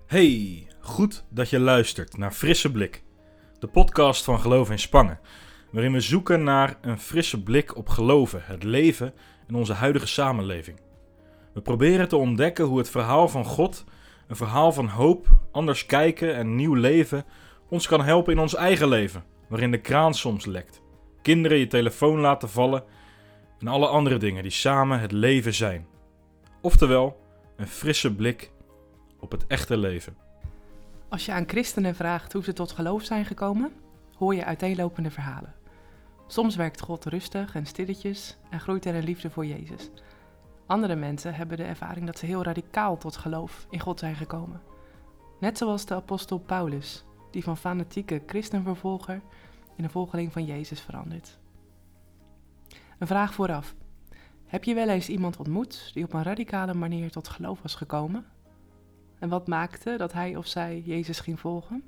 Hey, goed dat je luistert naar Frisse Blik, de podcast van Geloof in Spangen, waarin we zoeken naar een frisse blik op geloven, het leven en onze huidige samenleving. We proberen te ontdekken hoe het verhaal van God, een verhaal van hoop, anders kijken en nieuw leven, ons kan helpen in ons eigen leven, waarin de kraan soms lekt, kinderen je telefoon laten vallen en alle andere dingen die samen het leven zijn. Oftewel, een frisse blik op het echte leven. Als je aan christenen vraagt hoe ze tot geloof zijn gekomen, hoor je uiteenlopende verhalen. Soms werkt God rustig en stilletjes en groeit er een liefde voor Jezus. Andere mensen hebben de ervaring dat ze heel radicaal tot geloof in God zijn gekomen. Net zoals de apostel Paulus, die van fanatieke christenvervolger in een volgeling van Jezus verandert. Een vraag vooraf. Heb je wel eens iemand ontmoet die op een radicale manier tot geloof was gekomen? En wat maakte dat hij of zij Jezus ging volgen?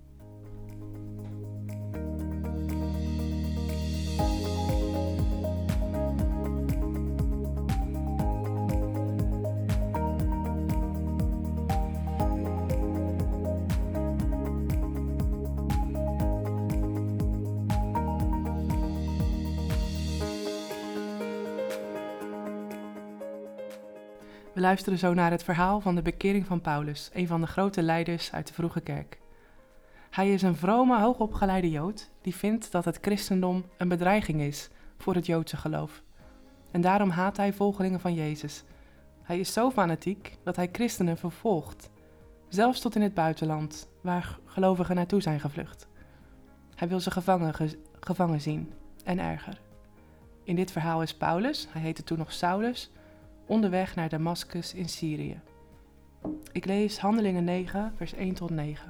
We luisteren zo naar het verhaal van de bekering van Paulus, een van de grote leiders uit de vroege kerk. Hij is een vrome, hoogopgeleide Jood die vindt dat het christendom een bedreiging is voor het Joodse geloof. En daarom haat hij volgelingen van Jezus. Hij is zo fanatiek dat hij christenen vervolgt, zelfs tot in het buitenland, waar gelovigen naartoe zijn gevlucht. Hij wil ze gevangen zien en erger. In dit verhaal is Paulus, hij heette toen nog Saulus, onderweg naar Damascus in Syrië. Ik lees Handelingen 9, vers 1 tot 9.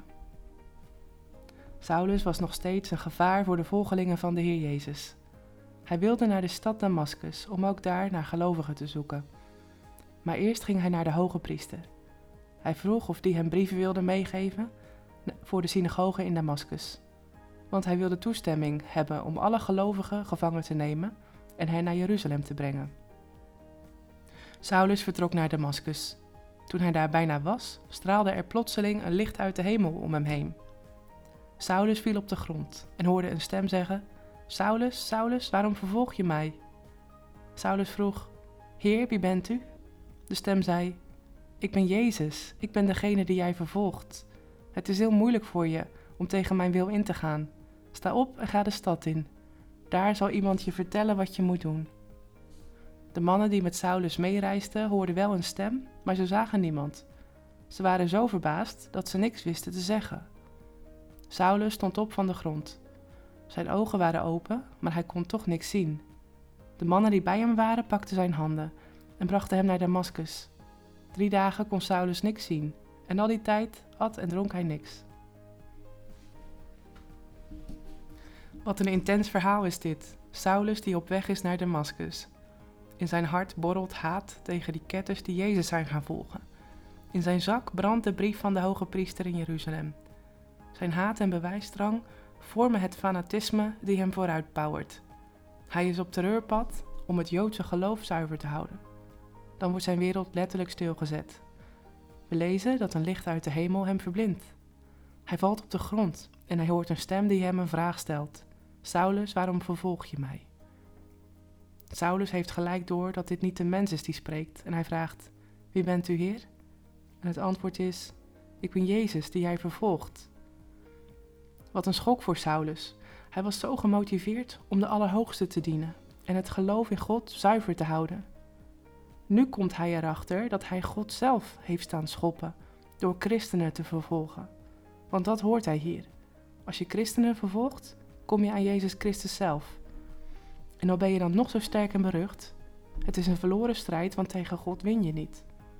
Saulus was nog steeds een gevaar voor de volgelingen van de Heer Jezus. Hij wilde naar de stad Damascus om ook daar naar gelovigen te zoeken. Maar eerst ging hij naar de hoge priester. Hij vroeg of die hem brieven wilde meegeven voor de synagoge in Damascus. Want hij wilde toestemming hebben om alle gelovigen gevangen te nemen en hen naar Jeruzalem te brengen. Saulus vertrok naar Damascus. Toen hij daar bijna was, straalde er plotseling een licht uit de hemel om hem heen. Saulus viel op de grond en hoorde een stem zeggen: Saulus, Saulus, waarom vervolg je mij? Saulus vroeg: Heer, wie bent u? De stem zei: Ik ben Jezus, ik ben degene die jij vervolgt. Het is heel moeilijk voor je om tegen mijn wil in te gaan. Sta op en ga de stad in. Daar zal iemand je vertellen wat je moet doen. De mannen die met Saulus meereisden hoorden wel een stem, maar ze zagen niemand. Ze waren zo verbaasd dat ze niks wisten te zeggen. Saulus stond op van de grond. Zijn ogen waren open, maar hij kon toch niks zien. De mannen die bij hem waren pakten zijn handen en brachten hem naar Damascus. 3 dagen kon Saulus niks zien en al die tijd at en dronk hij niks. Wat een intens verhaal is dit. Saulus die op weg is naar Damascus. In zijn hart borrelt haat tegen die ketters die Jezus zijn gaan volgen. In zijn zak brandt de brief van de hoge priester in Jeruzalem. Zijn haat en bewijsdrang vormen het fanatisme die hem vooruit powert. Hij is op terreurpad om het Joodse geloof zuiver te houden. Dan wordt zijn wereld letterlijk stilgezet. We lezen dat een licht uit de hemel hem verblindt. Hij valt op de grond en hij hoort een stem die hem een vraag stelt. Saulus, waarom vervolg je mij? Saulus heeft gelijk door dat dit niet een mens is die spreekt en hij vraagt: Wie bent u, Heer? En het antwoord is: Ik ben Jezus die jij vervolgt. Wat een schok voor Saulus. Hij was zo gemotiveerd om de Allerhoogste te dienen en het geloof in God zuiver te houden. Nu komt hij erachter dat hij God zelf heeft staan schoppen door christenen te vervolgen. Want dat hoort hij hier. Als je christenen vervolgt, kom je aan Jezus Christus zelf. En al ben je dan nog zo sterk en berucht, het is een verloren strijd, want tegen God win je niet.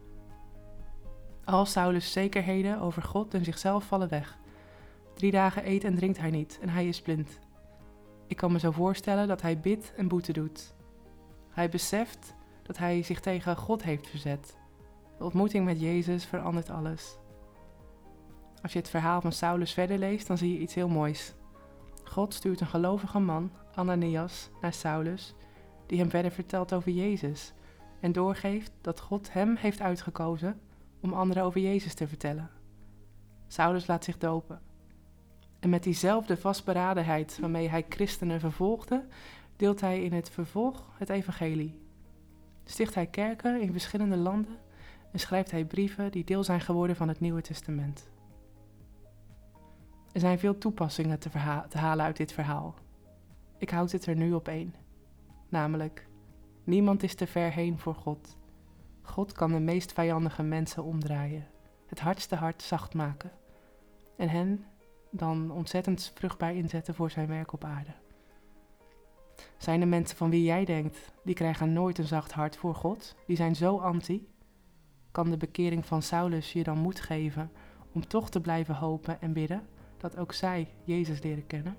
Al Saulus' zekerheden over God en zichzelf vallen weg. 3 dagen eet en drinkt hij niet en hij is blind. Ik kan me zo voorstellen dat hij bidt en boete doet. Hij beseft dat hij zich tegen God heeft verzet. De ontmoeting met Jezus verandert alles. Als je het verhaal van Saulus verder leest, dan zie je iets heel moois. God stuurt een gelovige man, Ananias, naar Saulus, die hem verder vertelt over Jezus en doorgeeft dat God hem heeft uitgekozen om anderen over Jezus te vertellen. Saulus laat zich dopen. En met diezelfde vastberadenheid waarmee hij christenen vervolgde, deelt hij in het vervolg het evangelie. Sticht hij kerken in verschillende landen en schrijft hij brieven die deel zijn geworden van het Nieuwe Testament. Er zijn veel toepassingen te halen uit dit verhaal. Ik houd het er nu op 1. Namelijk, niemand is te ver heen voor God. God kan de meest vijandige mensen omdraaien, het hardste hart zacht maken en hen dan ontzettend vruchtbaar inzetten voor zijn werk op aarde. Zijn er mensen van wie jij denkt, die krijgen nooit een zacht hart voor God, die zijn zo anti? Kan de bekering van Saulus je dan moed geven om toch te blijven hopen en bidden dat ook zij Jezus leren kennen?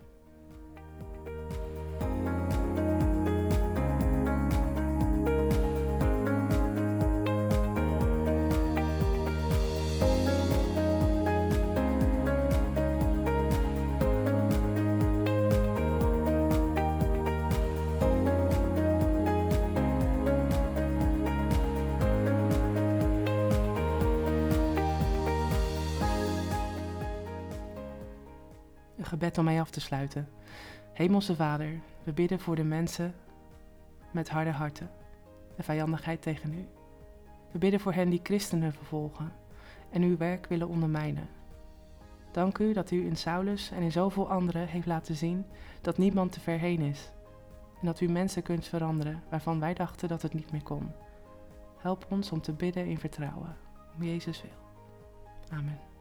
Een gebed om mij af te sluiten. Hemelse Vader, we bidden voor de mensen met harde harten en vijandigheid tegen u. We bidden voor hen die christenen vervolgen en uw werk willen ondermijnen. Dank u dat u in Saulus en in zoveel anderen heeft laten zien dat niemand te ver heen is. En dat u mensen kunt veranderen waarvan wij dachten dat het niet meer kon. Help ons om te bidden in vertrouwen. Om Jezus wil. Amen.